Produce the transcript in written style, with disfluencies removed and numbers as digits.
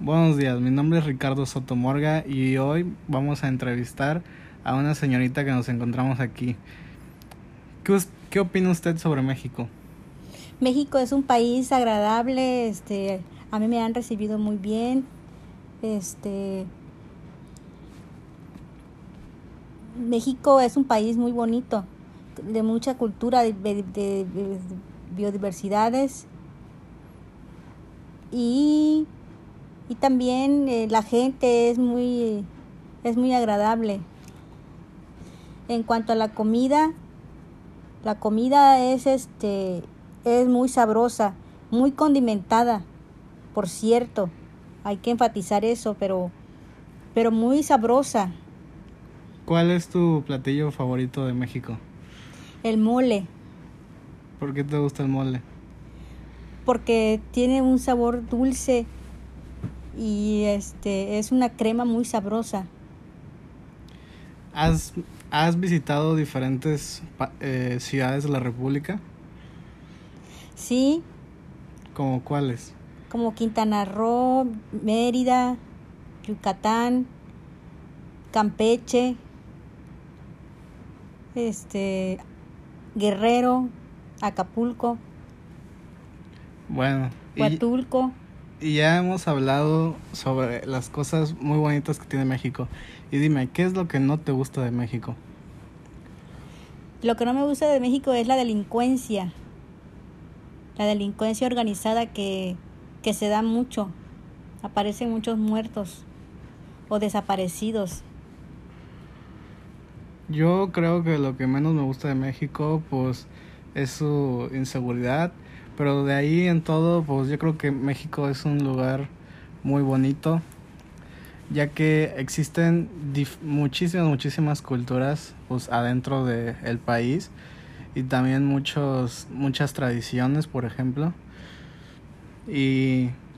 Buenos días, mi nombre es Ricardo Sotomorga y hoy vamos a entrevistar a una señorita que nos encontramos aquí. ¿Qué opina usted sobre México? México es un país agradable, a mí me han recibido muy bien, México es un país muy bonito, de mucha cultura, de biodiversidades y, y también la gente es muy agradable. En cuanto a la comida es muy sabrosa, muy condimentada, por cierto, hay que enfatizar eso, pero muy sabrosa. ¿Cuál es tu platillo favorito de México? El mole, ¿Por qué te gusta el mole? porque tiene un sabor dulce y es una crema muy sabrosa. ¿Has visitado diferentes ciudades de la República? Sí, ¿Como cuáles? como Quintana Roo, Mérida, Yucatán, Campeche, Guerrero, Acapulco, Bueno, Huatulco. y ya hemos hablado sobre las cosas muy bonitas que tiene México. Y dime, ¿qué es lo que no te gusta de México? Lo que no me gusta de México es la delincuencia organizada que se da mucho. Aparecen muchos muertos o desaparecidos. Yo creo que lo que menos me gusta de México, pues, es su inseguridad. Pero de ahí en todo, pues, yo creo que México es un lugar muy bonito, ya que existen muchísimas culturas, pues, adentro del país. Y también muchas tradiciones, por ejemplo. Y